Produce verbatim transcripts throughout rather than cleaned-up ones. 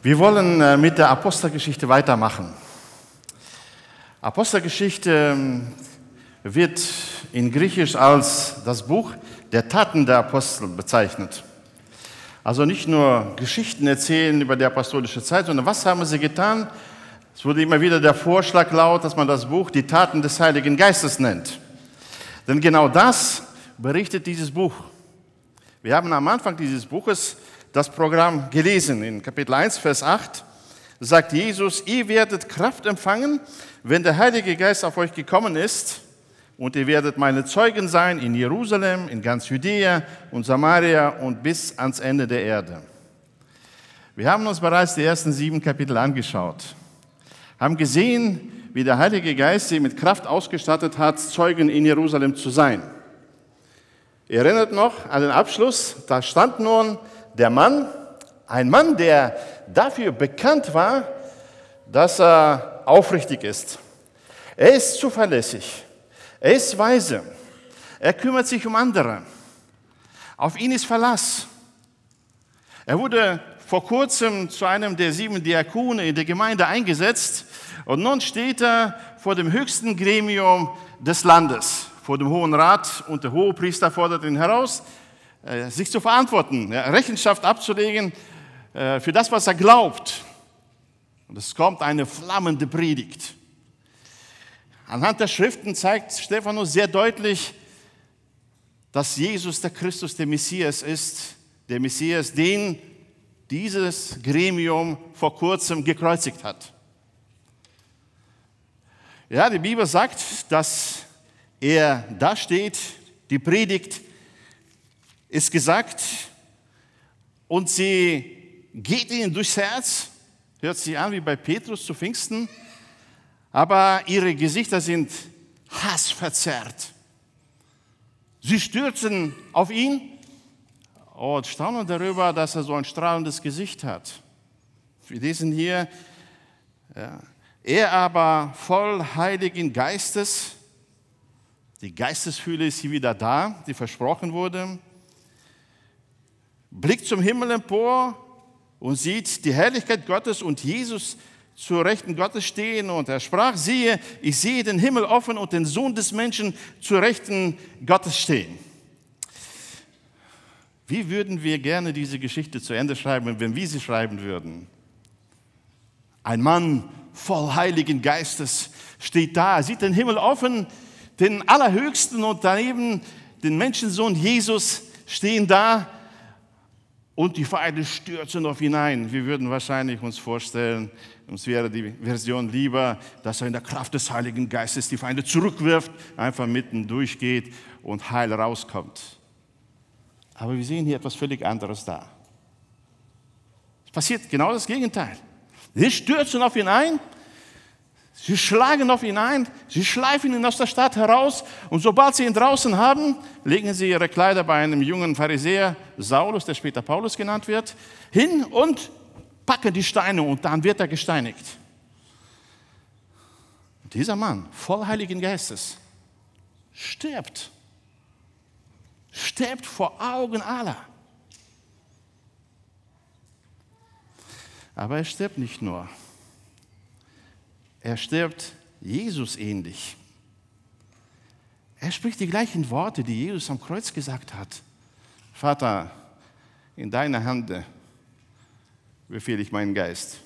Wir wollen äh, mit der Apostelgeschichte weitermachen. Apostelgeschichte äh, wird in Griechisch als das Buch der Taten der Apostel bezeichnet. Also nicht nur Geschichten erzählen über die apostolische Zeit, sondern was haben sie getan? Es wurde immer wieder der Vorschlag laut, dass man das Buch die Taten des Heiligen Geistes nennt. Denn genau das berichtet dieses Buch. Wir haben am Anfang dieses Buches das Programm gelesen. In Kapitel eins, Vers acht sagt Jesus, ihr werdet Kraft empfangen, wenn der Heilige Geist auf euch gekommen ist, und ihr werdet meine Zeugen sein in Jerusalem, in ganz Judäa und Samaria und bis ans Ende der Erde. Wir haben uns bereits die ersten sieben Kapitel angeschaut, haben gesehen, wie der Heilige Geist sie mit Kraft ausgestattet hat, Zeugen in Jerusalem zu sein. Ihr erinnert noch an den Abschluss, da stand nun der Mann, ein Mann, der dafür bekannt war, dass er aufrichtig ist. Er ist zuverlässig, er ist weise, er kümmert sich um andere, auf ihn ist Verlass. Er wurde vor kurzem zu einem der sieben Diakone in der Gemeinde eingesetzt und nun steht er vor dem höchsten Gremium des Landes, vor dem Hohen Rat, und der Hohepriester fordert ihn heraus, sich zu verantworten, Rechenschaft abzulegen für das, was er glaubt. Und es kommt eine flammende Predigt. Anhand der Schriften zeigt Stephanus sehr deutlich, dass Jesus der Christus, der Messias ist, der Messias, den dieses Gremium vor kurzem gekreuzigt hat. Ja, die Bibel sagt, dass er da steht, die Predigt ist gesagt und sie geht ihnen durchs Herz, hört sich an wie bei Petrus zu Pfingsten, aber ihre Gesichter sind hassverzerrt. Sie stürzen auf ihn und staunen darüber, dass er so ein strahlendes Gesicht hat. Wir lesen hier, ja, er aber voll Heiligen Geistes, die Geistesfülle ist hier wieder da, die versprochen wurde, blickt zum Himmel empor und sieht die Herrlichkeit Gottes und Jesus zur Rechten Gottes stehen. Und er sprach, siehe, ich sehe den Himmel offen und den Sohn des Menschen zur Rechten Gottes stehen. Wie würden wir gerne diese Geschichte zu Ende schreiben, wenn wir sie schreiben würden? Ein Mann voll Heiligen Geistes steht da, sieht den Himmel offen, den Allerhöchsten und daneben den Menschensohn Jesus stehen da, und die Feinde stürzen auf ihn ein. Wir würden wahrscheinlich uns vorstellen, uns wäre die Version lieber, dass er in der Kraft des Heiligen Geistes die Feinde zurückwirft, einfach mitten durchgeht und heil rauskommt. Aber wir sehen hier etwas völlig anderes da. Es passiert genau das Gegenteil. Sie stürzen auf ihn ein, sie schlagen auf ihn ein, sie schleifen ihn aus der Stadt heraus und sobald sie ihn draußen haben, legen sie ihre Kleider bei einem jungen Pharisäer, Saulus, der später Paulus genannt wird, hin und packen die Steine und dann wird er gesteinigt. Und dieser Mann, voll Heiligen Geistes, stirbt. Stirbt vor Augen aller. Aber er stirbt nicht nur. Er stirbt Jesus ähnlich. Er spricht die gleichen Worte, die Jesus am Kreuz gesagt hat. Vater, in deine Hände befehle ich meinen Geist.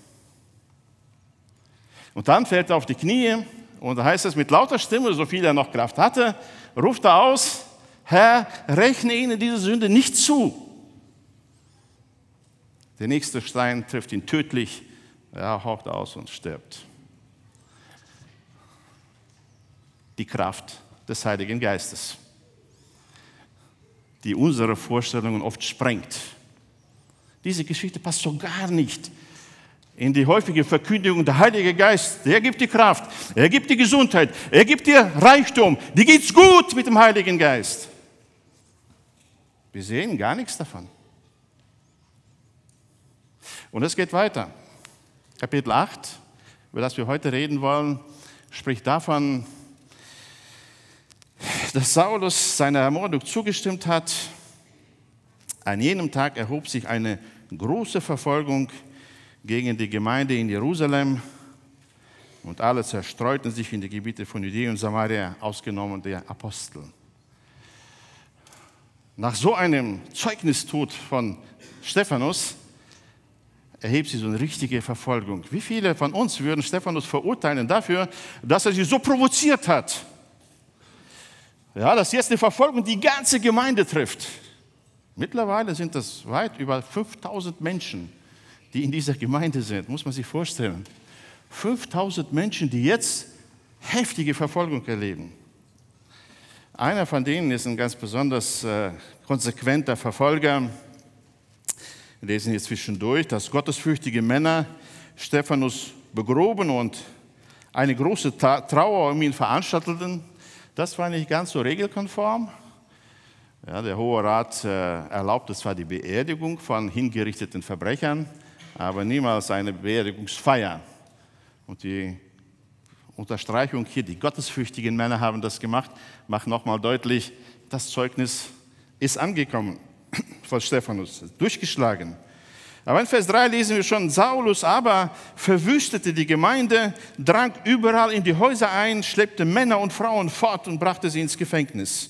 Und dann fällt er auf die Knie und da heißt es mit lauter Stimme, so viel er noch Kraft hatte, ruft er aus, Herr, rechne ihnen diese Sünde nicht zu. Der nächste Stein trifft ihn tödlich, er haucht aus und stirbt. Die Kraft des Heiligen Geistes, die unsere Vorstellungen oft sprengt. Diese Geschichte passt so gar nicht in die häufige Verkündigung, der Heilige Geist, der gibt die Kraft, er gibt die Gesundheit, er gibt dir Reichtum, dir geht's gut mit dem Heiligen Geist. Wir sehen gar nichts davon. Und es geht weiter. Kapitel acht, über das wir heute reden wollen, spricht davon, dass Saulus seiner Ermordung zugestimmt hat. An jenem Tag erhob sich eine große Verfolgung gegen die Gemeinde in Jerusalem und alle zerstreuten sich in die Gebiete von Judäa und Samaria, ausgenommen der Apostel. Nach so einem Zeugnistod von Stephanus erhebt sich so eine richtige Verfolgung. Wie viele von uns würden Stephanus verurteilen dafür, dass er sie so provoziert hat? Ja, dass jetzt eine Verfolgung die ganze Gemeinde trifft. Mittlerweile sind das weit über fünftausend Menschen, die in dieser Gemeinde sind, muss man sich vorstellen. fünftausend Menschen, die jetzt heftige Verfolgung erleben. Einer von denen ist ein ganz besonders äh, konsequenter Verfolger. Wir lesen hier zwischendurch, dass gottesfürchtige Männer Stephanus begroben und eine große Trauer um ihn veranstalteten. Das war nicht ganz so regelkonform. Ja, der Hohe Rat äh, erlaubte zwar die Beerdigung von hingerichteten Verbrechern, aber niemals eine Beerdigungsfeier. Und die Unterstreichung hier, die gottesfürchtigen Männer haben das gemacht, macht nochmal deutlich, das Zeugnis ist angekommen von Stephanus, durchgeschlagen. Aber in Vers drei lesen wir schon, Saulus aber verwüstete die Gemeinde, drang überall in die Häuser ein, schleppte Männer und Frauen fort und brachte sie ins Gefängnis.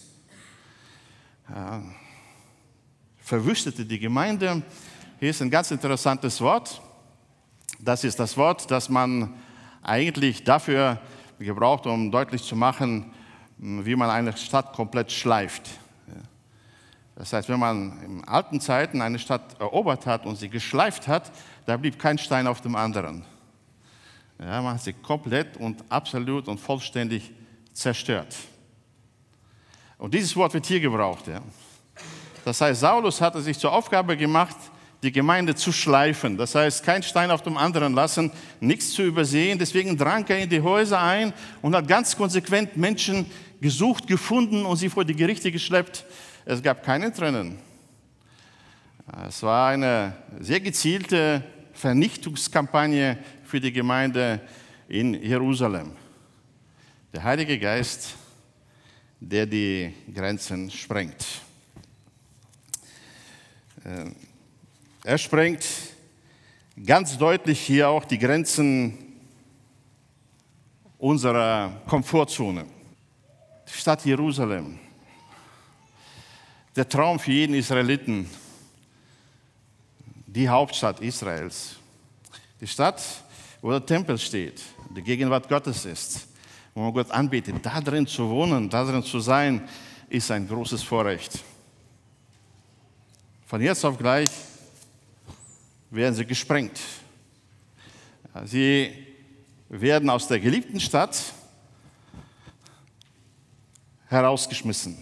Ja, verwüstete die Gemeinde, hier ist ein ganz interessantes Wort. Das ist das Wort, das man eigentlich dafür gebraucht, um deutlich zu machen, wie man eine Stadt komplett schleift. Das heißt, wenn man in alten Zeiten eine Stadt erobert hat und sie geschleift hat, da blieb kein Stein auf dem anderen. Ja, man hat sie komplett und absolut und vollständig zerstört. Und dieses Wort wird hier gebraucht. Ja. Das heißt, Saulus hatte sich zur Aufgabe gemacht, die Gemeinde zu schleifen. Das heißt, kein Stein auf dem anderen lassen, nichts zu übersehen. Deswegen drang er in die Häuser ein und hat ganz konsequent Menschen gesucht, gefunden und sie vor die Gerichte geschleppt. Es gab keine Trennen. Es war eine sehr gezielte Vernichtungskampagne für die Gemeinde in Jerusalem. Der Heilige Geist, der die Grenzen sprengt. Er sprengt ganz deutlich hier auch die Grenzen unserer Komfortzone. Die Stadt Jerusalem, der Traum für jeden Israeliten, die Hauptstadt Israels. Die Stadt, wo der Tempel steht, die Gegenwart Gottes ist, wo man Gott anbetet. Da drin zu wohnen, da drin zu sein, ist ein großes Vorrecht. Von jetzt auf gleich werden sie gesprengt. Sie werden aus der geliebten Stadt herausgeschmissen.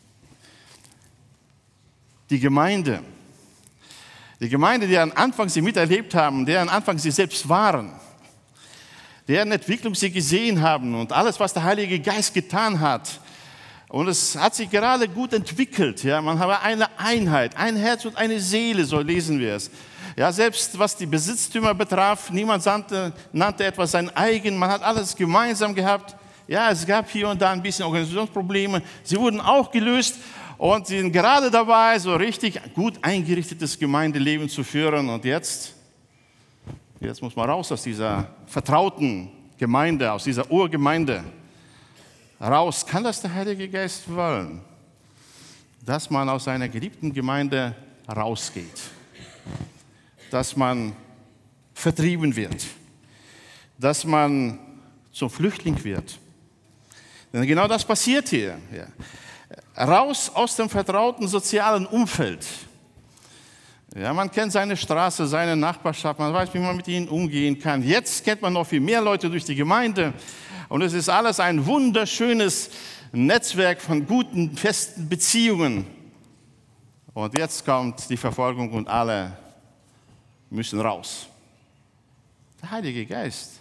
Die Gemeinde, die Gemeinde, deren Anfang sie miterlebt haben, deren Anfang sie selbst waren, deren Entwicklung sie gesehen haben und alles, was der Heilige Geist getan hat. Und es hat sich gerade gut entwickelt. Ja, man habe eine Einheit, ein Herz und eine Seele, so lesen wir es. Ja, selbst was die Besitztümer betraf, niemand nannte, nannte etwas sein eigen, man hat alles gemeinsam gehabt. Ja, es gab hier und da ein bisschen Organisationsprobleme, sie wurden auch gelöst und sie sind gerade dabei, so richtig gut eingerichtetes Gemeindeleben zu führen. Und jetzt, jetzt muss man raus aus dieser vertrauten Gemeinde, aus dieser Urgemeinde. Raus. Kann das der Heilige Geist wollen, dass man aus einer geliebten Gemeinde rausgeht? Dass man vertrieben wird, dass man zum Flüchtling wird. Denn genau das passiert hier. Ja. Raus aus dem vertrauten sozialen Umfeld. Ja, man kennt seine Straße, seine Nachbarschaft, man weiß, wie man mit ihnen umgehen kann. Jetzt kennt man noch viel mehr Leute durch die Gemeinde und es ist alles ein wunderschönes Netzwerk von guten, festen Beziehungen. Und jetzt kommt die Verfolgung und alle müssen raus. Der Heilige Geist,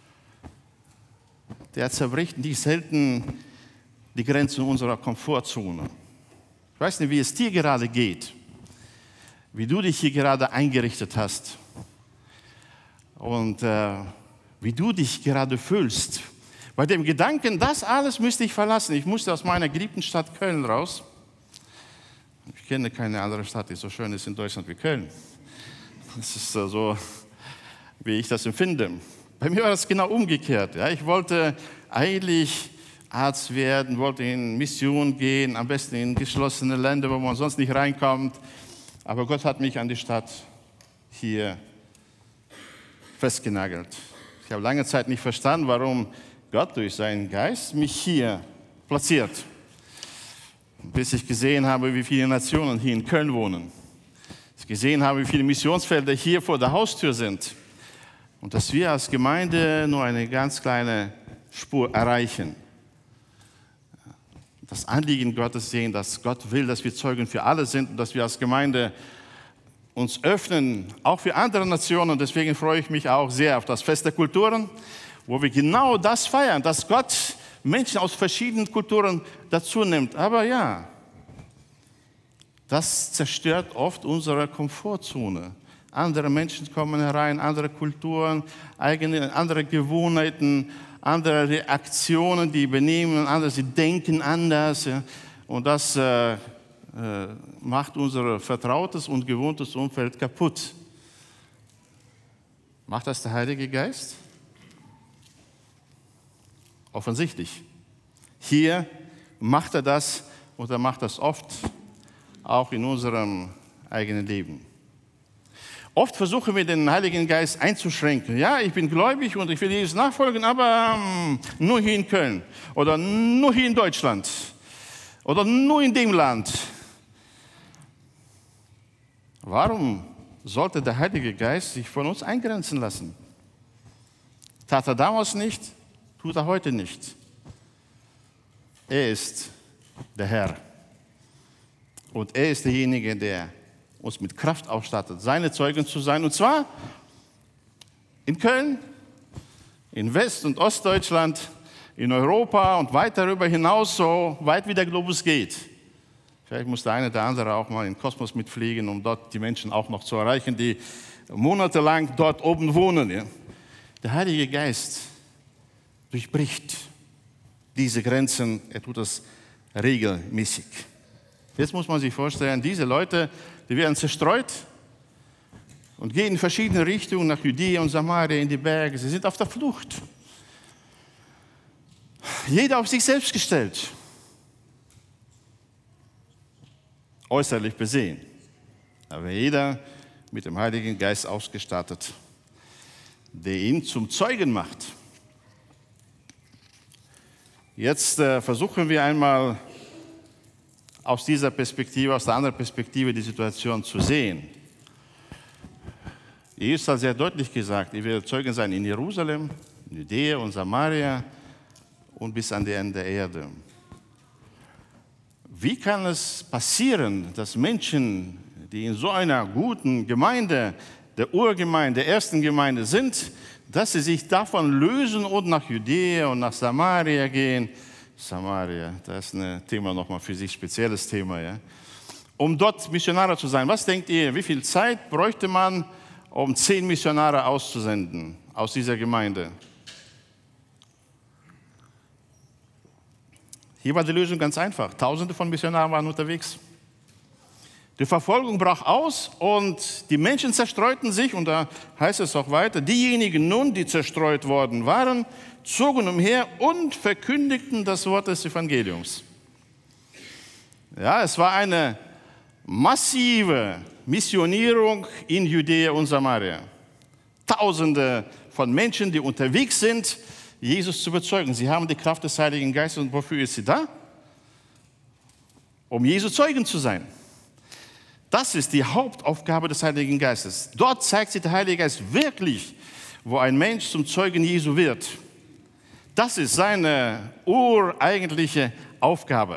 der zerbricht nicht selten die Grenzen unserer Komfortzone. Ich weiß nicht, wie es dir gerade geht, wie du dich hier gerade eingerichtet hast und äh, wie du dich gerade fühlst. Bei dem Gedanken, das alles müsste ich verlassen. Ich musste aus meiner geliebten Stadt Köln raus. Ich kenne keine andere Stadt, die so schön ist in Deutschland wie Köln. Das ist so wie ich das empfinde. Bei mir war das genau umgekehrt. Ja, ich wollte eigentlich Arzt werden, wollte in Mission gehen, am besten in geschlossene Länder, wo man sonst nicht reinkommt. Aber Gott hat mich an die Stadt hier festgenagelt. Ich habe lange Zeit nicht verstanden, warum Gott durch seinen Geist mich hier platziert. Bis ich gesehen habe, wie viele Nationen hier in Köln wohnen. Ich gesehen habe, wie viele Missionsfelder hier vor der Haustür sind. Und dass wir als Gemeinde nur eine ganz kleine Spur erreichen. Das Anliegen Gottes sehen, dass Gott will, dass wir Zeugen für alle sind und dass wir als Gemeinde uns öffnen, auch für andere Nationen. Und deswegen freue ich mich auch sehr auf das Fest der Kulturen, wo wir genau das feiern, dass Gott Menschen aus verschiedenen Kulturen dazu nimmt. Aber ja, das zerstört oft unsere Komfortzone. Andere Menschen kommen herein, andere Kulturen, eigene, andere Gewohnheiten, andere Reaktionen, die benehmen anders, sie denken anders. Ja. Und das äh, äh, macht unser vertrautes und gewohntes Umfeld kaputt. Macht das der Heilige Geist? Offensichtlich. Hier macht er das und er macht das oft auch in unserem eigenen Leben. Oft versuchen wir, den Heiligen Geist einzuschränken. Ja, ich bin gläubig und ich will Jesus nachfolgen, aber ähm, nur hier in Köln oder nur hier in Deutschland oder nur in dem Land. Warum sollte der Heilige Geist sich von uns eingrenzen lassen? Tat er damals nicht, tut er heute nicht. Er ist der Herr. Und er ist derjenige, der uns mit Kraft ausstattet, seine Zeugen zu sein. Und zwar in Köln, in West- und Ostdeutschland, in Europa und weit darüber hinaus, so weit wie der Globus geht. Vielleicht muss der eine oder andere auch mal in den Kosmos mitfliegen, um dort die Menschen auch noch zu erreichen, die monatelang dort oben wohnen. Ja. Der Heilige Geist durchbricht diese Grenzen, er tut das regelmäßig. Jetzt muss man sich vorstellen, diese Leute, die werden zerstreut und gehen in verschiedene Richtungen nach Judäa und Samaria in die Berge. Sie sind auf der Flucht. Jeder auf sich selbst gestellt. Äußerlich besehen. Aber jeder mit dem Heiligen Geist ausgestattet, der ihn zum Zeugen macht. Jetzt äh, versuchen wir einmal aus dieser Perspektive, aus der anderen Perspektive die Situation zu sehen. Jesus hat sehr deutlich gesagt, ihr werdet Zeugen sein in Jerusalem, in Judäa und Samaria und bis an die Ende der Erde. Wie kann es passieren, dass Menschen, die in so einer guten Gemeinde, der Urgemeinde, der ersten Gemeinde sind, dass sie sich davon lösen und nach Judäa und nach Samaria gehen? Samaria, das ist ein Thema nochmal für sich, spezielles Thema, ja. Um dort Missionare zu sein. Was denkt ihr, wie viel Zeit bräuchte man, um zehn Missionare auszusenden aus dieser Gemeinde? Hier war die Lösung ganz einfach. Tausende von Missionaren waren unterwegs. Die Verfolgung brach aus und die Menschen zerstreuten sich, und da heißt es auch weiter, diejenigen nun, die zerstreut worden waren, zogen umher und verkündigten das Wort des Evangeliums. Ja, es war eine massive Missionierung in Judäa und Samaria. Tausende von Menschen, die unterwegs sind, Jesus zu bezeugen. Sie haben die Kraft des Heiligen Geistes. Und wofür ist sie da? Um Jesu Zeugen zu sein. Das ist die Hauptaufgabe des Heiligen Geistes. Dort zeigt sich der Heilige Geist wirklich, wo ein Mensch zum Zeugen Jesu wird. Das ist seine ureigentliche Aufgabe.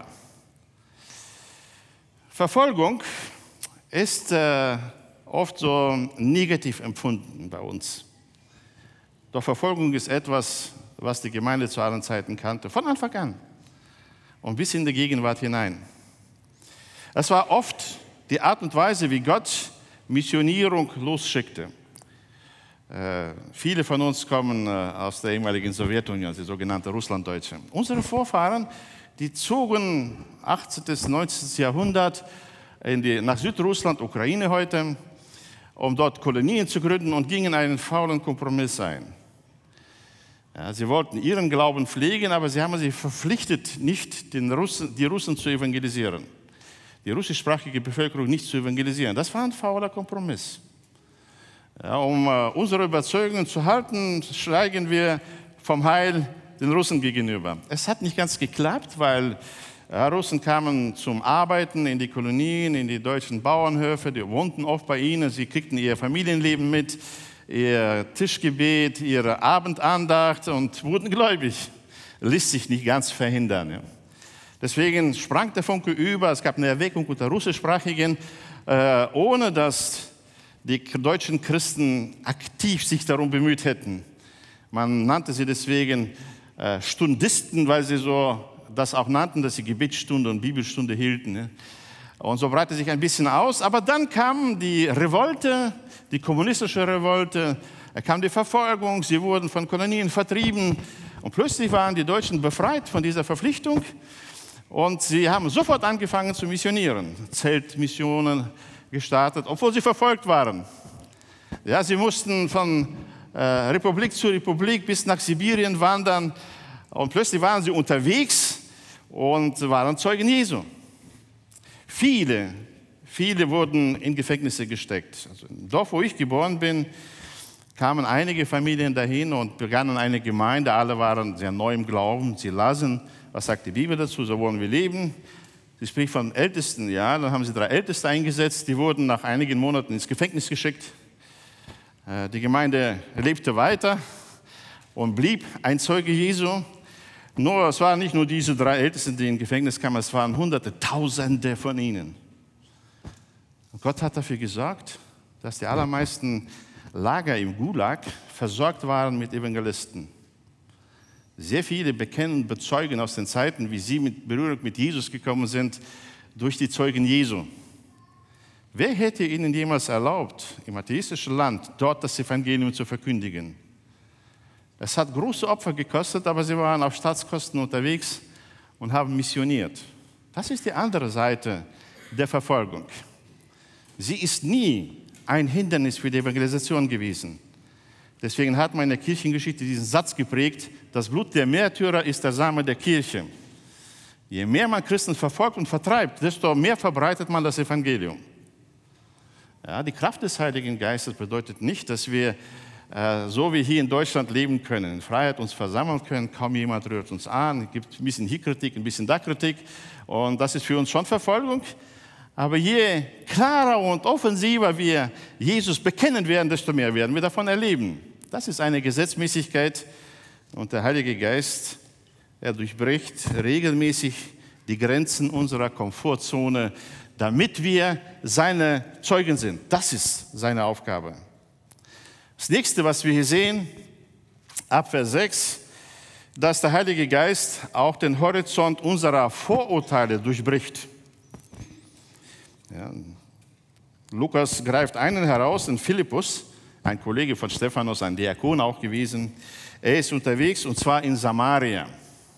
Verfolgung ist äh, oft so negativ empfunden bei uns. Doch Verfolgung ist etwas, was die Gemeinde zu allen Zeiten kannte, von Anfang an und bis in die Gegenwart hinein. Es war oft die Art und Weise, wie Gott Missionierung losschickte. Äh, viele von uns kommen äh, aus der ehemaligen Sowjetunion, die sogenannte Russlanddeutsche. Unsere Vorfahren, die zogen achtzehnten. neunzehnten. Jahrhundert in die, nach Südrussland, Ukraine heute, um dort Kolonien zu gründen und gingen einen faulen Kompromiss ein. Ja, sie wollten ihren Glauben pflegen, aber sie haben sich verpflichtet, nicht den Russen, die Russen zu evangelisieren, die russischsprachige Bevölkerung nicht zu evangelisieren. Das war ein fauler Kompromiss. Ja, um uh, unsere Überzeugungen zu halten, schweigen wir vom Heil den Russen gegenüber. Es hat nicht ganz geklappt, weil ja, Russen kamen zum Arbeiten in die Kolonien, in die deutschen Bauernhöfe, die wohnten oft bei ihnen, sie kriegten ihr Familienleben mit, ihr Tischgebet, ihre Abendandacht und wurden gläubig. Ließ sich nicht ganz verhindern. Ja. Deswegen sprang der Funke über, es gab eine Erweckung unter Russischsprachigen, äh, ohne dass die deutschen Christen aktiv sich darum bemüht hätten. Man nannte sie deswegen äh, Stundisten, weil sie so das auch nannten, dass sie Gebetsstunde und Bibelstunde hielten. Ne? Und so breitete sich ein bisschen aus. Aber dann kam die Revolte, die kommunistische Revolte, da kam die Verfolgung, sie wurden von Kolonien vertrieben. Und plötzlich waren die Deutschen befreit von dieser Verpflichtung. Und sie haben sofort angefangen zu missionieren, Zeltmissionen gestartet, obwohl sie verfolgt waren. Ja, sie mussten von äh, Republik zu Republik bis nach Sibirien wandern. Und plötzlich waren sie unterwegs und waren Zeugen Jesu. Viele, viele wurden in Gefängnisse gesteckt. Also im Dorf, wo ich geboren bin, kamen einige Familien dahin und begannen eine Gemeinde. Alle waren sehr neu im Glauben. Sie lasen, was sagt die Bibel dazu, so wollen wir leben. Sie spricht von Ältesten, ja, dann haben sie drei Älteste eingesetzt. Die wurden nach einigen Monaten ins Gefängnis geschickt. Die Gemeinde lebte weiter und blieb ein Zeuge Jesu. Nur, es waren nicht nur diese drei Ältesten, die ins Gefängnis kamen, es waren Hunderte, Tausende von ihnen. Und Gott hat dafür gesorgt, dass die allermeisten Lager im Gulag versorgt waren mit Evangelisten. Sehr viele bekennen und bezeugen aus den Zeiten, wie sie mit Berührung mit Jesus gekommen sind, durch die Zeugen Jesu. Wer hätte ihnen jemals erlaubt, im atheistischen Land dort das Evangelium zu verkündigen? Es hat große Opfer gekostet, aber sie waren auf Staatskosten unterwegs und haben missioniert. Das ist die andere Seite der Verfolgung. Sie ist nie ein Hindernis für die Evangelisation gewesen. Deswegen hat man in der Kirchengeschichte diesen Satz geprägt: Das Blut der Märtyrer ist der Same der Kirche. Je mehr man Christen verfolgt und vertreibt, desto mehr verbreitet man das Evangelium. Ja, die Kraft des Heiligen Geistes bedeutet nicht, dass wir äh, so wie hier in Deutschland leben können, in Freiheit uns versammeln können, kaum jemand rührt uns an, es gibt ein bisschen hier Kritik, ein bisschen da Kritik und das ist für uns schon Verfolgung. Aber je klarer und offensiver wir Jesus bekennen werden, desto mehr werden wir davon erleben. Das ist eine Gesetzmäßigkeit und der Heilige Geist, er durchbricht regelmäßig die Grenzen unserer Komfortzone, damit wir seine Zeugen sind. Das ist seine Aufgabe. Das nächste, was wir hier sehen, ab Vers sechs, dass der Heilige Geist auch den Horizont unserer Vorurteile durchbricht. Ja, Lukas greift einen heraus, den Philippus, ein Kollege von Stephanus, ein Diakon auch gewesen. Er ist unterwegs und zwar in Samaria.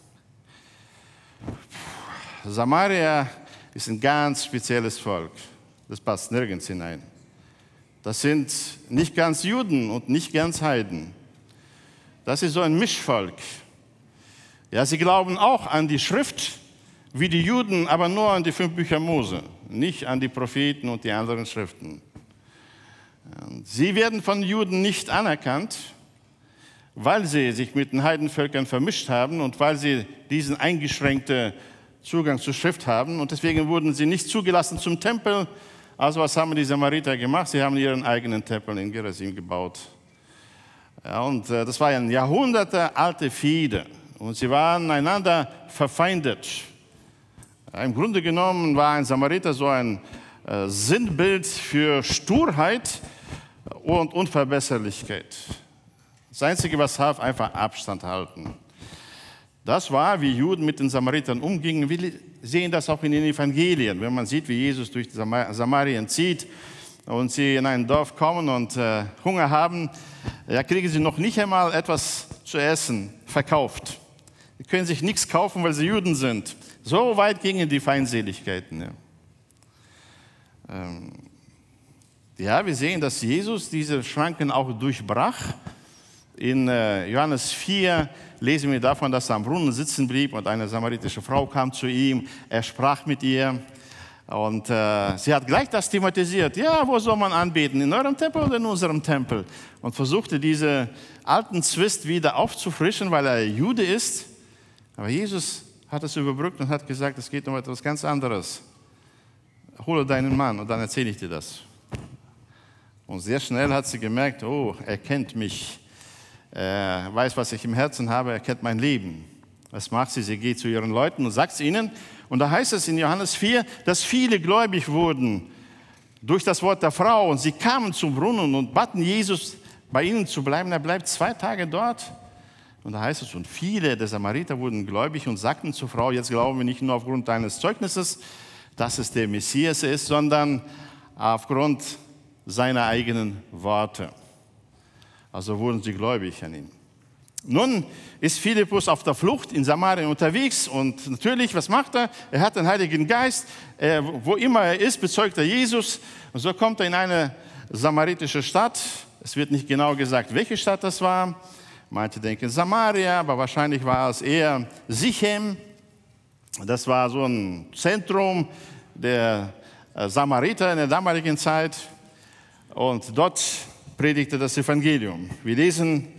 Samaria ist ein ganz spezielles Volk. Das passt nirgends hinein. Das sind nicht ganz Juden und nicht ganz Heiden. Das ist so ein Mischvolk. Ja, sie glauben auch an die Schrift, wie die Juden, aber nur an die fünf Bücher Mose, nicht an die Propheten und die anderen Schriften. Sie werden von Juden nicht anerkannt, weil sie sich mit den Heidenvölkern vermischt haben und weil sie diesen eingeschränkten Zugang zur Schrift haben. Und deswegen wurden sie nicht zugelassen zum Tempel. Also was haben die Samariter gemacht? Sie haben ihren eigenen Tempel in Gerizim gebaut. Ja, und äh, das war eine jahrhundertealte Fehde. Und sie waren einander verfeindet. Im Grunde genommen war ein Samariter so ein äh, Sinnbild für Sturheit und Unverbesserlichkeit. Das Einzige, was half, einfach Abstand halten. Das war, wie Juden mit den Samaritern umgingen. Wir sehen das auch in den Evangelien. Wenn man sieht, wie Jesus durch Samarien zieht und sie in ein Dorf kommen und äh, Hunger haben, ja, kriegen sie noch nicht einmal etwas zu essen verkauft. Sie können sich nichts kaufen, weil sie Juden sind. So weit gingen die Feindseligkeiten. Ja. Ähm, Ja, wir sehen, dass Jesus diese Schranken auch durchbrach. In Johannes vier lesen wir davon, dass er am Brunnen sitzen blieb und eine samaritische Frau kam zu ihm. Er sprach mit ihr und äh, sie hat gleich das thematisiert. Ja, wo soll man anbeten? In eurem Tempel oder in unserem Tempel? Und versuchte diese alten Zwist wieder aufzufrischen, weil er Jude ist. Aber Jesus hat es überbrückt und hat gesagt, es geht um etwas ganz anderes. Hole deinen Mann und dann erzähle ich dir das. Und sehr schnell hat sie gemerkt, oh, er kennt mich. Er weiß, was ich im Herzen habe, er kennt mein Leben. Was macht sie? Sie geht zu ihren Leuten und sagt es ihnen. Und da heißt es in Johannes vier, dass viele gläubig wurden durch das Wort der Frau. Und sie kamen zum Brunnen und baten Jesus, bei ihnen zu bleiben. Er bleibt zwei Tage dort. Und da heißt es, und viele der Samariter wurden gläubig und sagten zur Frau, jetzt glauben wir nicht nur aufgrund deines Zeugnisses, dass es der Messias ist, sondern aufgrund seiner eigenen Worte. Also wurden sie gläubig an ihn. Nun ist Philippus auf der Flucht in Samarien unterwegs und natürlich, was macht er? Er hat den Heiligen Geist, er, wo immer er ist, bezeugt er Jesus. Und so kommt er in eine samaritische Stadt. Es wird nicht genau gesagt, welche Stadt das war. Manche denken Samaria, aber wahrscheinlich war es eher Sichem. Das war so ein Zentrum der Samariter in der damaligen Zeit. Und dort predigte das Evangelium. Wir lesen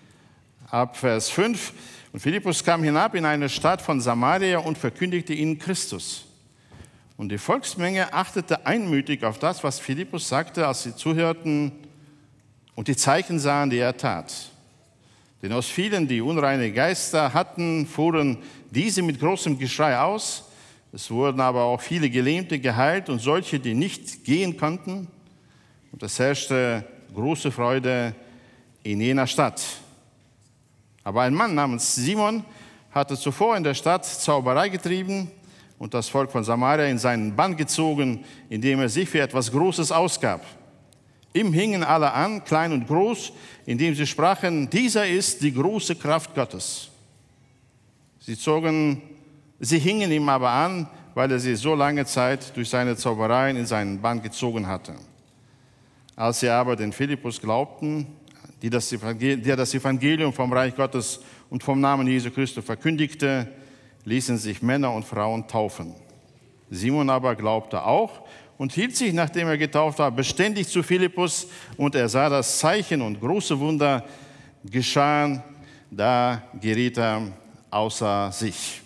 ab Vers fünf. Und Philippus kam hinab in eine Stadt von Samaria und verkündigte ihnen Christus. Und die Volksmenge achtete einmütig auf das, was Philippus sagte, als sie zuhörten und die Zeichen sahen, die er tat. Denn aus vielen, die unreine Geister hatten, fuhren diese mit großem Geschrei aus. Es wurden aber auch viele Gelähmte geheilt und solche, die nicht gehen konnten. Und es herrschte große Freude in jener Stadt. Aber ein Mann namens Simon hatte zuvor in der Stadt Zauberei getrieben und das Volk von Samaria in seinen Bann gezogen, indem er sich für etwas Großes ausgab. Ihm hingen alle an, klein und groß, indem sie sprachen, dieser ist die große Kraft Gottes. Sie, zogen, sie hingen ihm aber an, weil er sie so lange Zeit durch seine Zaubereien in seinen Bann gezogen hatte. Als sie aber den Philippus glaubten, die das der das Evangelium vom Reich Gottes und vom Namen Jesu Christi verkündigte, ließen sich Männer und Frauen taufen. Simon aber glaubte auch und hielt sich, nachdem er getauft war, beständig zu Philippus, und er sah, dass Zeichen und große Wunder geschahen, da geriet er außer sich.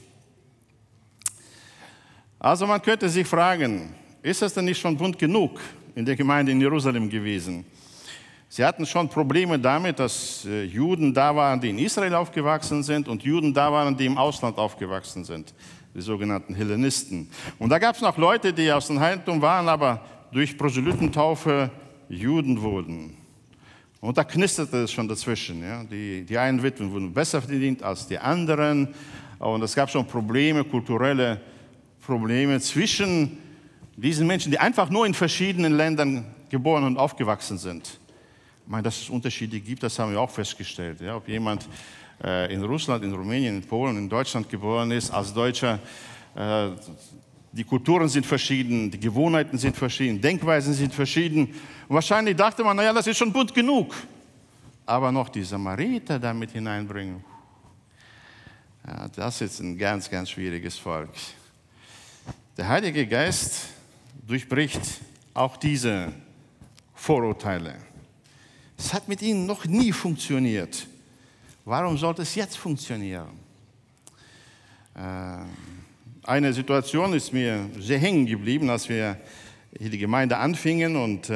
Also man könnte sich fragen, ist es denn nicht schon bunt genug in der Gemeinde in Jerusalem gewesen? Sie hatten schon Probleme damit, dass Juden da waren, die in Israel aufgewachsen sind, und Juden da waren, die im Ausland aufgewachsen sind, die sogenannten Hellenisten. Und da gab es noch Leute, die aus dem Heidentum waren, aber durch Proselytentaufe Juden wurden. Und da knisterte es schon dazwischen. Ja. Die, die einen Witwen wurden besser verdient als die anderen. Und es gab schon Probleme, kulturelle Probleme zwischen diesen Menschen, die einfach nur in verschiedenen Ländern geboren und aufgewachsen sind. Ich meine, dass es Unterschiede gibt, das haben wir auch festgestellt. Ja, ob jemand äh, in Russland, in Rumänien, in Polen, in Deutschland geboren ist, als Deutscher, äh, die Kulturen sind verschieden, die Gewohnheiten sind verschieden, Denkweisen sind verschieden. Und wahrscheinlich dachte man, naja, das ist schon bunt genug. Aber noch die Samariter da mit hineinbringen, ja, das ist ein ganz, ganz schwieriges Volk. Der Heilige Geist durchbricht auch diese Vorurteile. Es hat mit ihnen noch nie funktioniert. Warum sollte es jetzt funktionieren? Eine Situation ist mir sehr hängen geblieben, als wir hier die Gemeinde anfingen und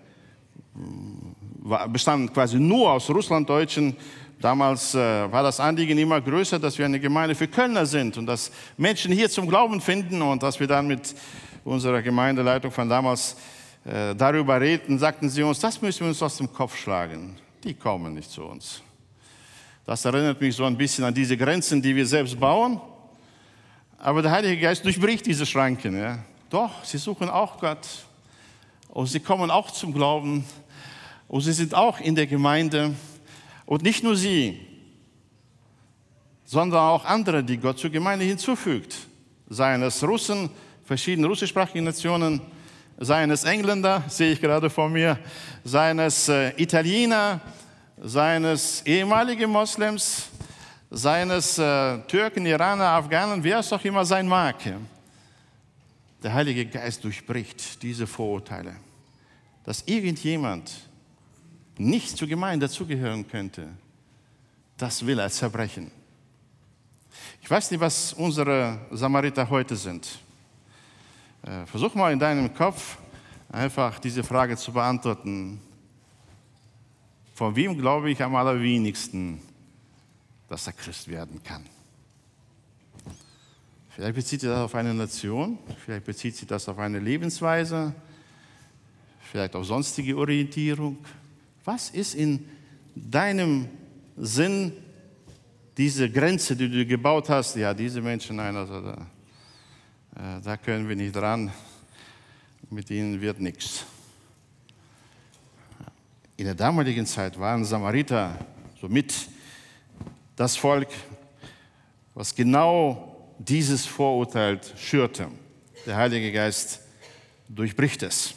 bestanden quasi nur aus Russlanddeutschen. Damals war das Anliegen immer größer, dass wir eine Gemeinde für Kölner sind und dass Menschen hier zum Glauben finden, und dass wir dann mit unserer Gemeindeleitung von damals darüber reden, sagten sie uns, das müssen wir uns aus dem Kopf schlagen. Die kommen nicht zu uns. Das erinnert mich so ein bisschen an diese Grenzen, die wir selbst bauen. Aber der Heilige Geist durchbricht diese Schranken. Ja. Doch, sie suchen auch Gott. Und sie kommen auch zum Glauben. Und sie sind auch in der Gemeinde. Und nicht nur sie, sondern auch andere, die Gott zur Gemeinde hinzufügt. Seien es Russen, verschiedene russischsprachige Nationen, seien es Engländer, sehe ich gerade vor mir, seien es äh, Italiener, seien es ehemalige Moslems, seien es äh, Türken, Iraner, Afghanen, wer es auch immer sein mag. Der Heilige Geist durchbricht diese Vorurteile, dass irgendjemand nicht zur Gemeinde dazugehören könnte. Das will er zerbrechen. Ich weiß nicht, was unsere Samariter heute sind. Äh, versuch mal in deinem Kopf einfach diese Frage zu beantworten. Von wem glaube ich am allerwenigsten, dass er Christ werden kann? Vielleicht bezieht sich das auf eine Nation, vielleicht bezieht sich das auf eine Lebensweise, vielleicht auf sonstige Orientierung. Was ist in deinem Sinn diese Grenze, die du gebaut hast? Ja, diese Menschen, nein, also da, äh, da können wir nicht dran, mit ihnen wird nichts. In der damaligen Zeit waren Samariter somit das Volk, was genau dieses Vorurteil schürte. Der Heilige Geist durchbricht es.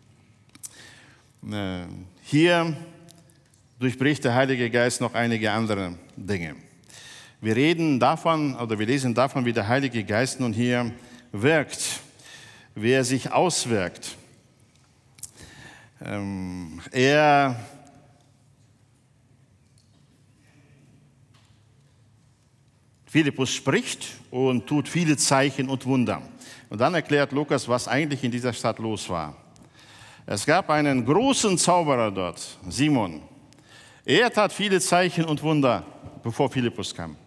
Hier durchbricht der Heilige Geist noch einige andere Dinge. Wir reden davon, oder wir lesen davon, wie der Heilige Geist nun hier wirkt, wie er sich auswirkt. Ähm, er Philippus spricht und tut viele Zeichen und Wunder. Und dann erklärt Lukas, was eigentlich in dieser Stadt los war. Es gab einen großen Zauberer dort, Simon. Er tat viele Zeichen und Wunder, bevor Philippus kam.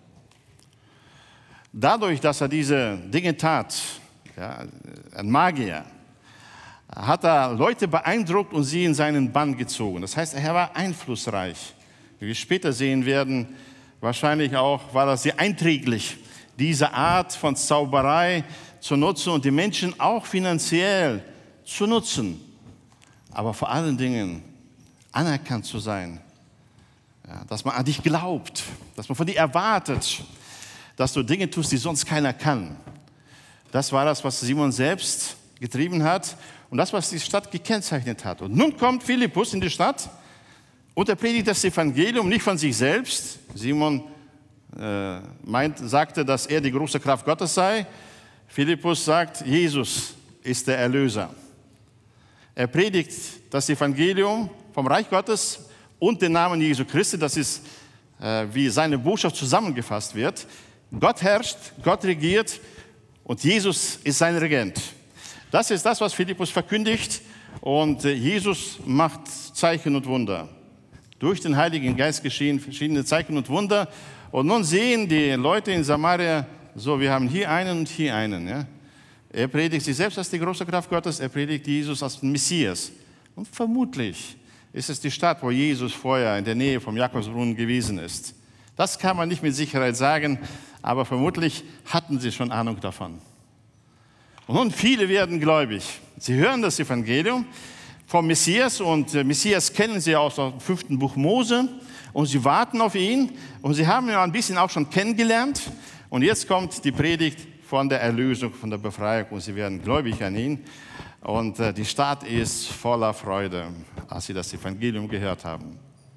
Dadurch, dass er diese Dinge tat, ja, ein Magier, hat er Leute beeindruckt und sie in seinen Bann gezogen. Das heißt, er war einflussreich. Wie wir später sehen werden, wahrscheinlich auch war er sehr einträglich, diese Art von Zauberei zu nutzen und die Menschen auch finanziell zu nutzen. Aber vor allen Dingen anerkannt zu sein, ja, dass man an dich glaubt, dass man von dir erwartet, dass du Dinge tust, die sonst keiner kann. Das war das, was Simon selbst getrieben hat und das, was die Stadt gekennzeichnet hat. Und nun kommt Philippus in die Stadt und er predigt das Evangelium nicht von sich selbst. Simon äh, meint, sagte, dass er die große Kraft Gottes sei. Philippus sagt, Jesus ist der Erlöser. Er predigt das Evangelium vom Reich Gottes und den Namen Jesu Christi. Das ist, äh, wie seine Botschaft zusammengefasst wird. Gott herrscht, Gott regiert und Jesus ist sein Regent. Das ist das, was Philippus verkündigt und äh, Jesus macht Zeichen und Wunder. Durch den Heiligen Geist geschehen verschiedene Zeichen und Wunder. Und nun sehen die Leute in Samaria, so, wir haben hier einen und hier einen. Ja? Er predigt sich selbst als die große Kraft Gottes, er predigt Jesus als den Messias. Und vermutlich ist es die Stadt, wo Jesus vorher in der Nähe vom Jakobsbrunnen gewesen ist. Das kann man nicht mit Sicherheit sagen, aber vermutlich hatten sie schon Ahnung davon. Und nun viele werden gläubig. Sie hören das Evangelium vom Messias und Messias kennen sie aus dem fünften Buch Mose und sie warten auf ihn und sie haben ihn ein bisschen auch schon kennengelernt und jetzt kommt die Predigt von der Erlösung, von der Befreiung und sie werden gläubig an ihn und die Stadt ist voller Freude, als sie das Evangelium gehört haben.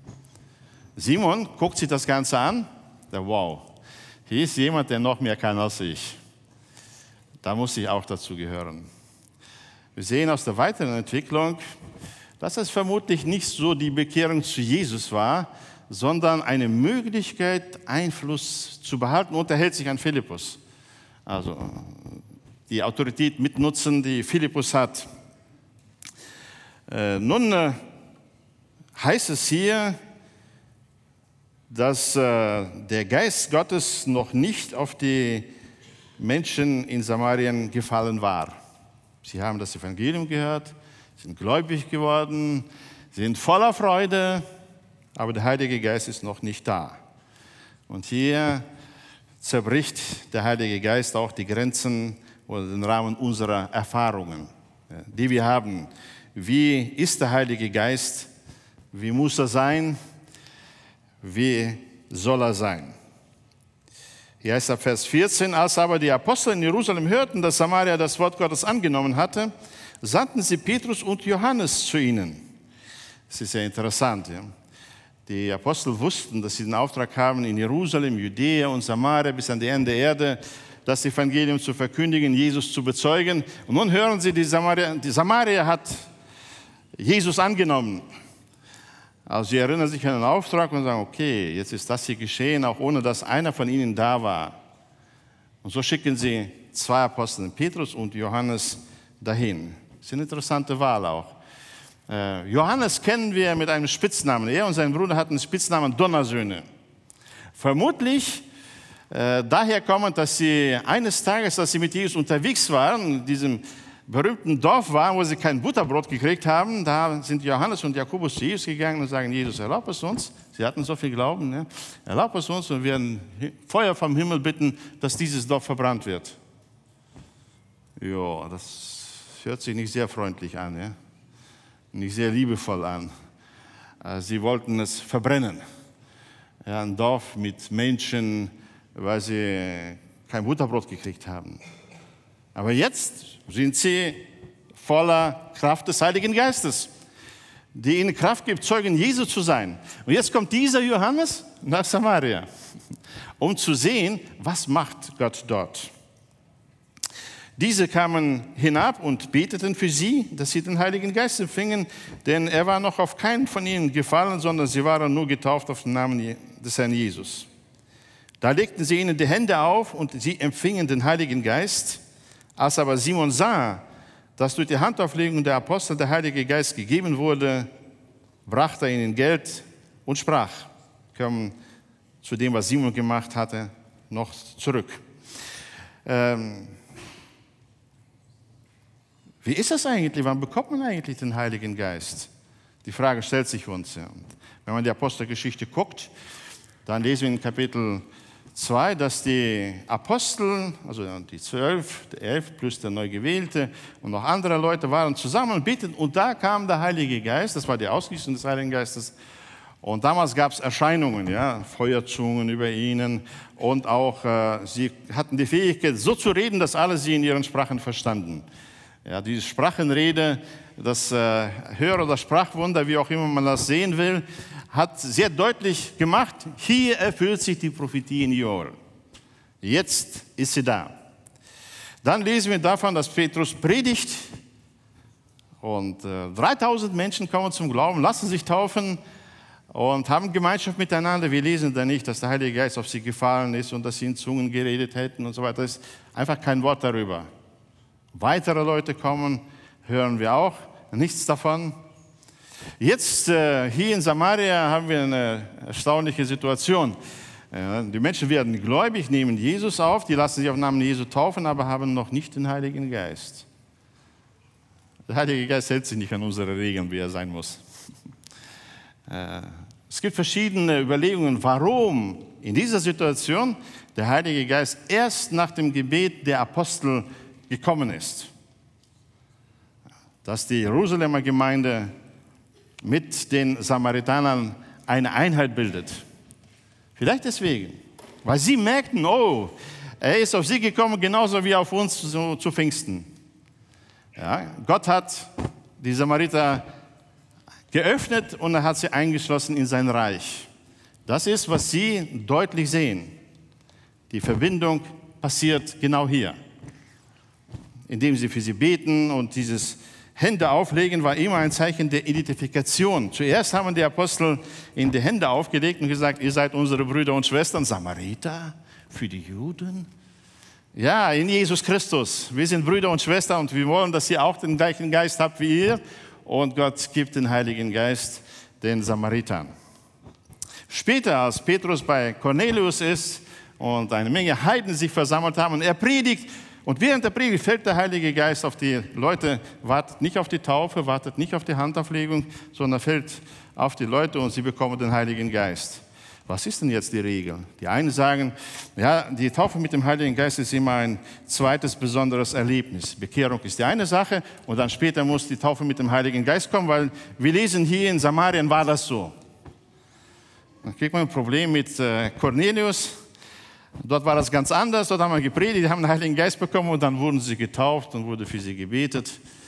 Simon guckt sich das Ganze an, der wow, hier ist jemand, der noch mehr kann als ich. Da muss ich auch dazu gehören. Wir sehen aus der weiteren Entwicklung, dass es vermutlich nicht so die Bekehrung zu Jesus war, sondern eine Möglichkeit, Einfluss zu behalten, und er hält sich an Philippus. Also die Autorität mitnutzen, die Philippus hat. Äh, nun äh, heißt es hier, dass äh, der Geist Gottes noch nicht auf die Menschen in Samarien gefallen war. Sie haben das Evangelium gehört, sind gläubig geworden, sind voller Freude, aber der Heilige Geist ist noch nicht da. Und hier zerbricht der Heilige Geist auch die Grenzen oder den Rahmen unserer Erfahrungen, die wir haben. Wie ist der Heilige Geist? Wie muss er sein? Wie soll er sein? Hier heißt ab Vers vierzehn, als aber die Apostel in Jerusalem hörten, dass Samaria das Wort Gottes angenommen hatte, sandten sie Petrus und Johannes zu ihnen. Das ist ja interessant. Ja? Die Apostel wussten, dass sie den Auftrag haben, in Jerusalem, Judäa und Samaria bis an die Ende der Erde das Evangelium zu verkündigen, Jesus zu bezeugen. Und nun hören sie, die Samaria, die Samaria hat Jesus angenommen. Also sie erinnern sich an den Auftrag und sagen, okay, jetzt ist das hier geschehen, auch ohne dass einer von ihnen da war. Und so schicken sie zwei Apostel, Petrus und Johannes, dahin. Das ist eine interessante Wahl auch. Äh, Johannes kennen wir mit einem Spitznamen. Er und sein Bruder hatten den Spitznamen Donnersöhne. Vermutlich äh, daher kommend, dass sie eines Tages, als sie mit Jesus unterwegs waren, in diesem berühmten Dorf waren, wo sie kein Butterbrot gekriegt haben, da sind Johannes und Jakobus zu Jesus gegangen und sagen, Jesus, erlaub es uns. Sie hatten so viel Glauben, ne? Erlaub es uns und wir werden Feuer vom Himmel bitten, dass dieses Dorf verbrannt wird. Ja, das hört sich nicht sehr freundlich an, ja? Nicht sehr liebevoll an. Sie wollten es verbrennen. Ja, ein Dorf mit Menschen, weil sie kein Butterbrot gekriegt haben. Aber jetzt sind sie voller Kraft des Heiligen Geistes, die ihnen Kraft gibt, Zeugen Jesu zu sein. Und jetzt kommt dieser Johannes nach Samaria, um zu sehen, was macht Gott dort. Diese kamen hinab und beteten für sie, dass sie den Heiligen Geist empfingen, denn er war noch auf keinen von ihnen gefallen, sondern sie waren nur getauft auf den Namen des Herrn Jesus. Da legten sie ihnen die Hände auf und sie empfingen den Heiligen Geist. Als aber Simon sah, dass durch die Handauflegung der Apostel der Heilige Geist gegeben wurde, brachte er ihnen Geld und sprach. Wir kommen zu dem, was Simon gemacht hatte, noch zurück. Ähm, Wie ist das eigentlich? Wann bekommt man eigentlich den Heiligen Geist? Die Frage stellt sich uns. Ja. Wenn man die Apostelgeschichte guckt, dann lesen wir in Kapitel zwei, dass die Apostel, also die zwölf, der elf plus der Neugewählte und noch andere Leute waren zusammen und beteten. Und da kam der Heilige Geist, das war die Ausgießung des Heiligen Geistes. Und damals gab es Erscheinungen, ja, Feuerzungen über ihnen. Und auch, äh, sie hatten die Fähigkeit, so zu reden, dass alle sie in ihren Sprachen verstanden. Ja, diese Sprachenrede, das äh, Hör- oder Sprachwunder, wie auch immer man das sehen will, hat sehr deutlich gemacht, hier erfüllt sich die Prophetie in Joel. Jetzt ist sie da. Dann lesen wir davon, dass Petrus predigt und äh, dreitausend Menschen kommen zum Glauben, lassen sich taufen und haben Gemeinschaft miteinander. Wir lesen da nicht, dass der Heilige Geist auf sie gefallen ist und dass sie in Zungen geredet hätten und so weiter. Es ist einfach kein Wort darüber. Weitere Leute kommen, hören wir auch, nichts davon. Jetzt äh, hier in Samaria haben wir eine erstaunliche Situation. Äh, die Menschen werden gläubig, nehmen Jesus auf, die lassen sich auf den Namen Jesu taufen, aber haben noch nicht den Heiligen Geist. Der Heilige Geist hält sich nicht an unsere Regeln, wie er sein muss. äh, es gibt verschiedene Überlegungen, warum in dieser Situation der Heilige Geist erst nach dem Gebet der Apostel gekommen ist. Dass die Jerusalemer Gemeinde mit den Samaritanern eine Einheit bildet. Vielleicht deswegen, weil sie merkten, oh, er ist auf sie gekommen, genauso wie auf uns zu, zu Pfingsten. Ja, Gott hat die Samariter geöffnet und er hat sie eingeschlossen in sein Reich. Das ist, was sie deutlich sehen. Die Verbindung passiert genau hier. Indem sie für sie beten und dieses Hände auflegen war immer ein Zeichen der Identifikation. Zuerst haben die Apostel ihnen die Hände aufgelegt und gesagt, ihr seid unsere Brüder und Schwestern, Samariter für die Juden. Ja, in Jesus Christus. Wir sind Brüder und Schwestern und wir wollen, dass ihr auch den gleichen Geist habt wie ihr. Und Gott gibt den Heiligen Geist den Samaritern. Später, als Petrus bei Cornelius ist und eine Menge Heiden sich versammelt haben und er predigt, und während der Predigt fällt der Heilige Geist auf die Leute, wartet nicht auf die Taufe, wartet nicht auf die Handauflegung, sondern fällt auf die Leute und sie bekommen den Heiligen Geist. Was ist denn jetzt die Regel? Die einen sagen, ja, die Taufe mit dem Heiligen Geist ist immer ein zweites besonderes Erlebnis. Bekehrung ist die eine Sache und dann später muss die Taufe mit dem Heiligen Geist kommen, weil wir lesen hier in Samarien war das so. Dann kriegt man ein Problem mit Cornelius. Dort war das ganz anders, dort haben wir gepredigt, die haben den Heiligen Geist bekommen und dann wurden sie getauft und wurde für sie gebetet.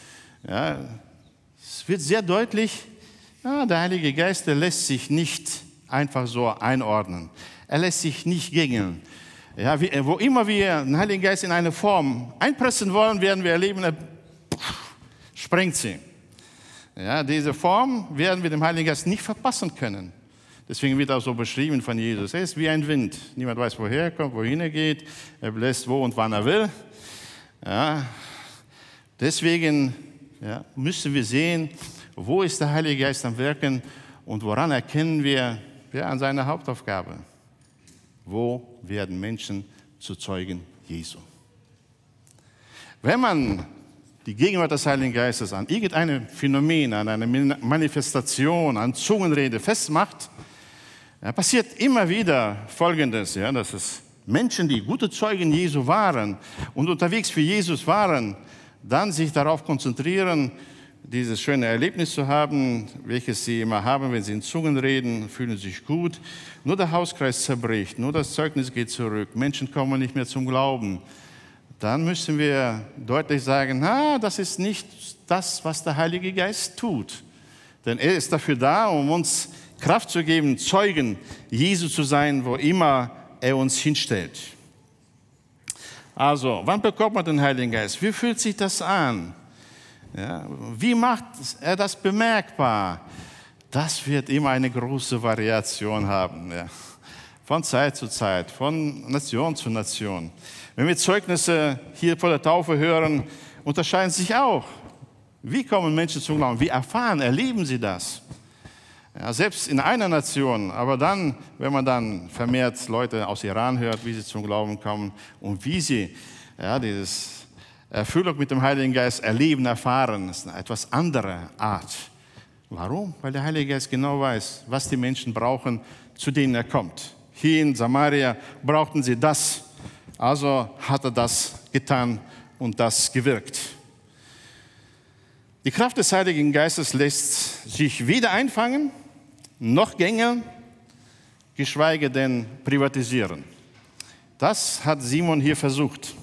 Ja, es wird sehr deutlich, ja, der Heilige Geist, der lässt sich nicht einfach so einordnen. Er lässt sich nicht gängeln. Ja, wie, wo immer wir den Heiligen Geist in eine Form einpressen wollen, werden wir erleben, er sprengt sie. Ja, diese Form werden wir dem Heiligen Geist nicht verpassen können. Deswegen wird auch so beschrieben von Jesus. Er ist wie ein Wind. Niemand weiß, woher er kommt, wohin er geht. Er bläst wo und wann er will. Ja, deswegen ja, müssen wir sehen, wo ist der Heilige Geist am Wirken und woran erkennen wir ja, an seiner Hauptaufgabe. Wo werden Menschen zu Zeugen Jesu? Wenn man die Gegenwart des Heiligen Geistes an irgendeinem Phänomen, an einer Manifestation, an Zungenrede festmacht, ja, passiert immer wieder Folgendes, ja, dass es Menschen, die gute Zeugen Jesu waren und unterwegs für Jesus waren, dann sich darauf konzentrieren, dieses schöne Erlebnis zu haben, welches sie immer haben, wenn sie in Zungen reden, fühlen sich gut. Nur der Hauskreis zerbricht, nur das Zeugnis geht zurück, Menschen kommen nicht mehr zum Glauben. Dann müssen wir deutlich sagen, na, das ist nicht das, was der Heilige Geist tut. Denn er ist dafür da, um uns Kraft zu geben, Zeugen Jesu zu sein, wo immer er uns hinstellt. Also, wann bekommt man den Heiligen Geist? Wie fühlt sich das an? Ja, wie macht er das bemerkbar? Das wird immer eine große Variation haben. Ja. Von Zeit zu Zeit, von Nation zu Nation. Wenn wir Zeugnisse hier vor der Taufe hören, unterscheiden sich auch. Wie kommen Menschen zum Glauben? Wie erfahren, erleben sie das? Ja, selbst in einer Nation, aber dann, wenn man dann vermehrt Leute aus Iran hört, wie sie zum Glauben kommen und wie sie ja, dieses Erfüllung mit dem Heiligen Geist erleben, erfahren, das ist eine etwas andere Art. Warum? Weil der Heilige Geist genau weiß, was die Menschen brauchen, zu denen er kommt. Hier in Samaria brauchten sie das, also hat er das getan und das gewirkt. Die Kraft des Heiligen Geistes lässt sich weder einfangen, noch gängeln, geschweige denn privatisieren. Das hat Simon hier versucht.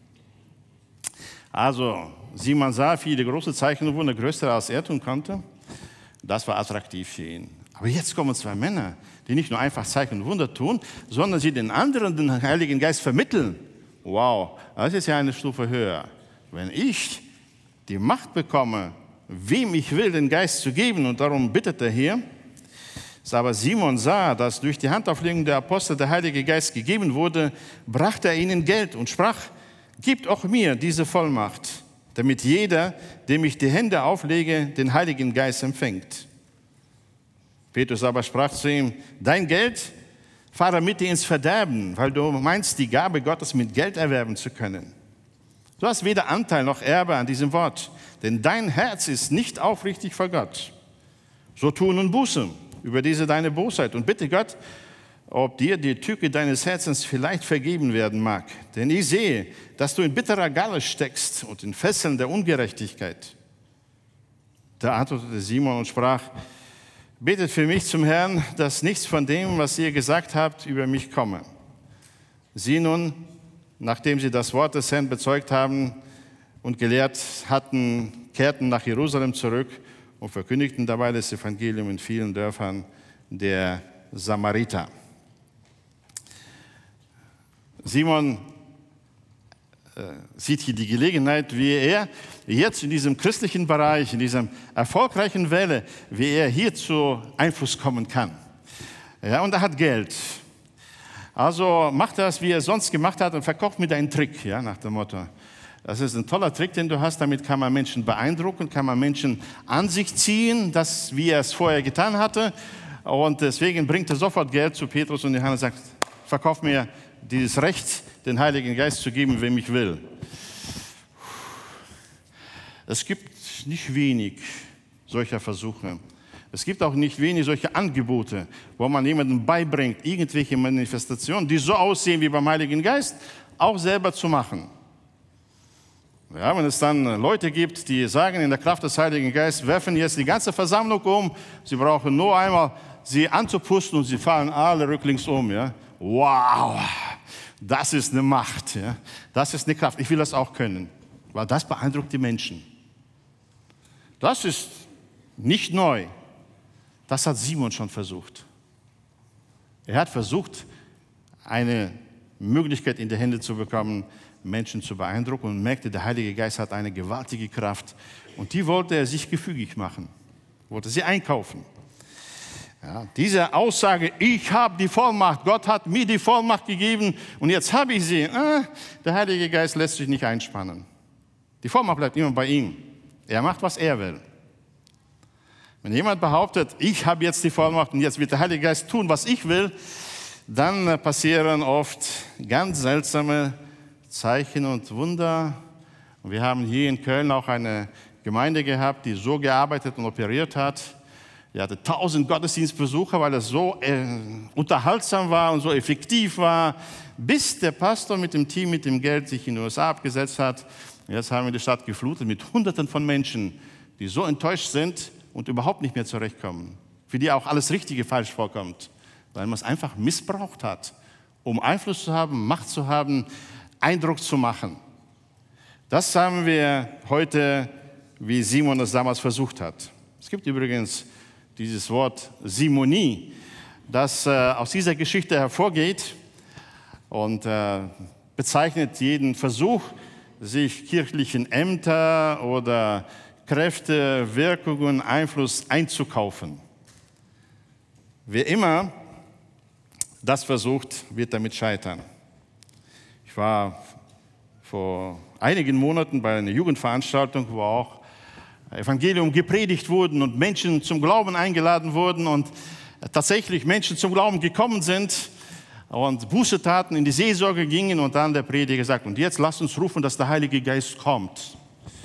Also, Simon sah viele große Zeichen und Wunder, größere als er tun konnte. Das war attraktiv für ihn. Aber jetzt kommen zwei Männer, die nicht nur einfach Zeichen und Wunder tun, sondern sie den anderen den Heiligen Geist vermitteln. Wow, das ist ja eine Stufe höher. Wenn ich die Macht bekomme, wem ich will, den Geist zu geben, und darum bittet er hier, aber Simon sah, dass durch die Handauflegung der Apostel der Heilige Geist gegeben wurde, brachte er ihnen Geld und sprach, gebt auch mir diese Vollmacht, damit jeder, dem ich die Hände auflege, den Heiligen Geist empfängt. Petrus aber sprach zu ihm, dein Geld fahre mit dir ins Verderben, weil du meinst, die Gabe Gottes mit Geld erwerben zu können. Du hast weder Anteil noch Erbe an diesem Wort, denn dein Herz ist nicht aufrichtig vor Gott. So tu nun Buße über diese deine Bosheit und bitte Gott, ob dir die Tücke deines Herzens vielleicht vergeben werden mag. Denn ich sehe, dass du in bitterer Galle steckst und in Fesseln der Ungerechtigkeit. Da antwortete Simon und sprach, betet für mich zum Herrn, dass nichts von dem, was ihr gesagt habt, über mich komme. Sie nun, nachdem sie das Wort des Herrn bezeugt haben und gelehrt hatten, kehrten nach Jerusalem zurück und verkündigten dabei das Evangelium in vielen Dörfern der Samariter. Simon äh, sieht hier die Gelegenheit, wie er jetzt in diesem christlichen Bereich, in diesem erfolgreichen Welle, wie er hier zu Einfluss kommen kann. Ja, und er hat Geld. Also macht das, wie er sonst gemacht hat, und verkauft mit einem Trick, ja, nach dem Motto. Das ist ein toller Trick, den du hast. Damit kann man Menschen beeindrucken, kann man Menschen an sich ziehen, das, wie er es vorher getan hatte. Und deswegen bringt er sofort Geld zu Petrus und Johannes und sagt, verkauf mir dieses Recht, den Heiligen Geist zu geben, wem ich will. Es gibt nicht wenig solcher Versuche. Es gibt auch nicht wenig solche Angebote, wo man jemandem beibringt, irgendwelche Manifestationen, die so aussehen wie beim Heiligen Geist, auch selber zu machen. Ja, wenn es dann Leute gibt, die sagen, in der Kraft des Heiligen Geistes werfen jetzt die ganze Versammlung um, sie brauchen nur einmal sie anzupusten und sie fallen alle rücklings um. Ja. Wow, das ist eine Macht, ja. Das ist eine Kraft. Ich will das auch können, weil das beeindruckt die Menschen. Das ist nicht neu. Das hat Simon schon versucht. Er hat versucht, eine Möglichkeit in die Hände zu bekommen, Menschen zu beeindrucken und merkte, der Heilige Geist hat eine gewaltige Kraft. Und die wollte er sich gefügig machen, wollte sie einkaufen. Ja, diese Aussage, ich habe die Vollmacht, Gott hat mir die Vollmacht gegeben und jetzt habe ich sie. Äh, der Heilige Geist lässt sich nicht einspannen. Die Vollmacht bleibt immer bei ihm. Er macht, was er will. Wenn jemand behauptet, ich habe jetzt die Vollmacht und jetzt wird der Heilige Geist tun, was ich will, dann passieren oft ganz seltsame Zeichen und Wunder. Und wir haben hier in Köln auch eine Gemeinde gehabt, die so gearbeitet und operiert hat. Die hatte tausend Gottesdienstbesucher, weil es so äh, unterhaltsam war und so effektiv war, bis der Pastor mit dem Team, mit dem Geld sich in den U S A abgesetzt hat. Und jetzt haben wir die Stadt geflutet mit Hunderten von Menschen, die so enttäuscht sind und überhaupt nicht mehr zurechtkommen. Für die auch alles Richtige falsch vorkommt, weil man es einfach missbraucht hat, um Einfluss zu haben, Macht zu haben, Eindruck zu machen. Das haben wir heute, wie Simon es damals versucht hat. Es gibt übrigens dieses Wort Simonie, das äh, aus dieser Geschichte hervorgeht und äh, bezeichnet jeden Versuch, sich kirchlichen Ämter oder Kräfte, Wirkungen, Einfluss einzukaufen. Wer immer das versucht, wird damit scheitern. Ich war vor einigen Monaten bei einer Jugendveranstaltung, wo auch Evangelium gepredigt wurden und Menschen zum Glauben eingeladen wurden und tatsächlich Menschen zum Glauben gekommen sind und Buße taten, in die Seelsorge gingen und dann der Prediger sagt, und jetzt lasst uns rufen, dass der Heilige Geist kommt.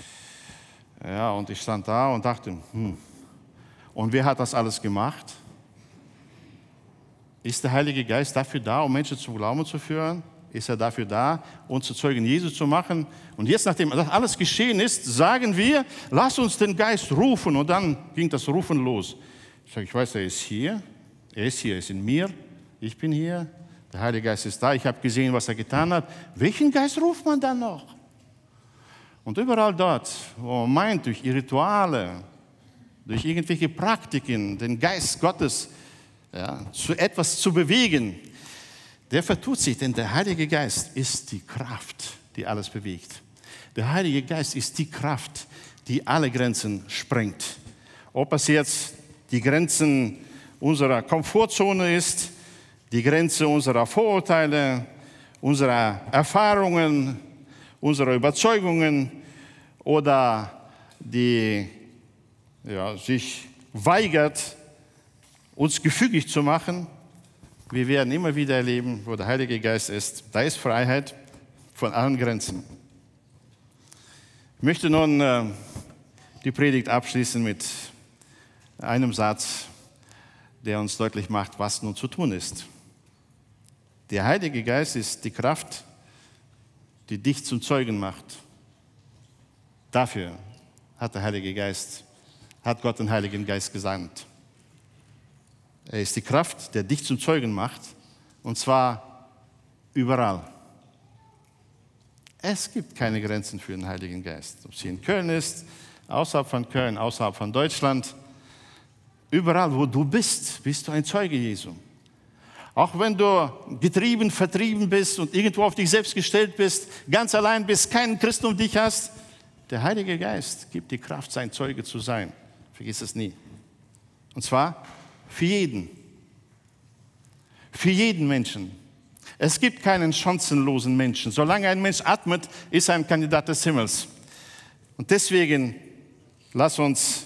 Ja, und ich stand da und dachte, hm, und wer hat das alles gemacht? Ist der Heilige Geist dafür da, um Menschen zum Glauben zu führen? Ist er dafür da, uns zu Zeugen Jesu zu machen? Und jetzt, nachdem das alles geschehen ist, sagen wir, lass uns den Geist rufen. Und dann ging das Rufen los. Ich sage, ich weiß, er ist hier. Er ist hier, er ist in mir. Ich bin hier. Der Heilige Geist ist da. Ich habe gesehen, was er getan hat. Welchen Geist ruft man dann noch? Und überall dort, wo man meint, durch Rituale, durch irgendwelche Praktiken, den Geist Gottes ja, zu etwas zu bewegen, der vertut sich, denn der Heilige Geist ist die Kraft, die alles bewegt. Der Heilige Geist ist die Kraft, die alle Grenzen sprengt. Ob es jetzt die Grenzen unserer Komfortzone ist, die Grenze unserer Vorurteile, unserer Erfahrungen, unserer Überzeugungen oder die ja, sich weigert, uns gefügig zu machen. Wir werden immer wieder erleben, wo der Heilige Geist ist, da ist Freiheit von allen Grenzen. Ich möchte nun äh, die Predigt abschließen mit einem Satz, der uns deutlich macht, was nun zu tun ist. Der Heilige Geist ist die Kraft, die dich zum Zeugen macht. Dafür hat der Heilige Geist, hat Gott den Heiligen Geist gesandt. Er ist die Kraft, der dich zum Zeugen macht, und zwar überall. Es gibt keine Grenzen für den Heiligen Geist. Ob es hier in Köln ist, außerhalb von Köln, außerhalb von Deutschland, überall, wo du bist, bist du ein Zeuge Jesu. Auch wenn du getrieben, vertrieben bist und irgendwo auf dich selbst gestellt bist, ganz allein bist, keinen Christen um dich hast, der Heilige Geist gibt dir Kraft, sein Zeuge zu sein. Vergiss es nie. Und zwar für jeden. Für jeden Menschen. Es gibt keinen chancenlosen Menschen. Solange ein Mensch atmet, ist er ein Kandidat des Himmels. Und deswegen, lass uns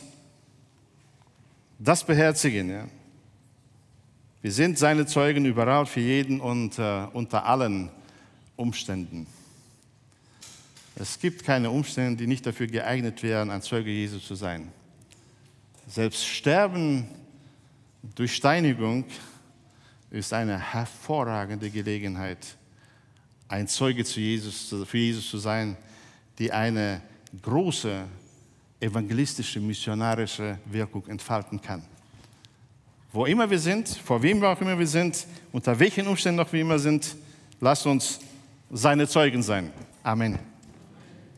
das beherzigen. Ja. Wir sind seine Zeugen überall, für jeden und äh, unter allen Umständen. Es gibt keine Umstände, die nicht dafür geeignet wären, ein Zeuge Jesu zu sein. Selbst Sterben durch Steinigung ist eine hervorragende Gelegenheit, ein Zeuge zu Jesus, für Jesus zu sein, die eine große evangelistische, missionarische Wirkung entfalten kann. Wo immer wir sind, vor wem wir auch immer wir sind, unter welchen Umständen auch wir immer sind, lasst uns seine Zeugen sein. Amen.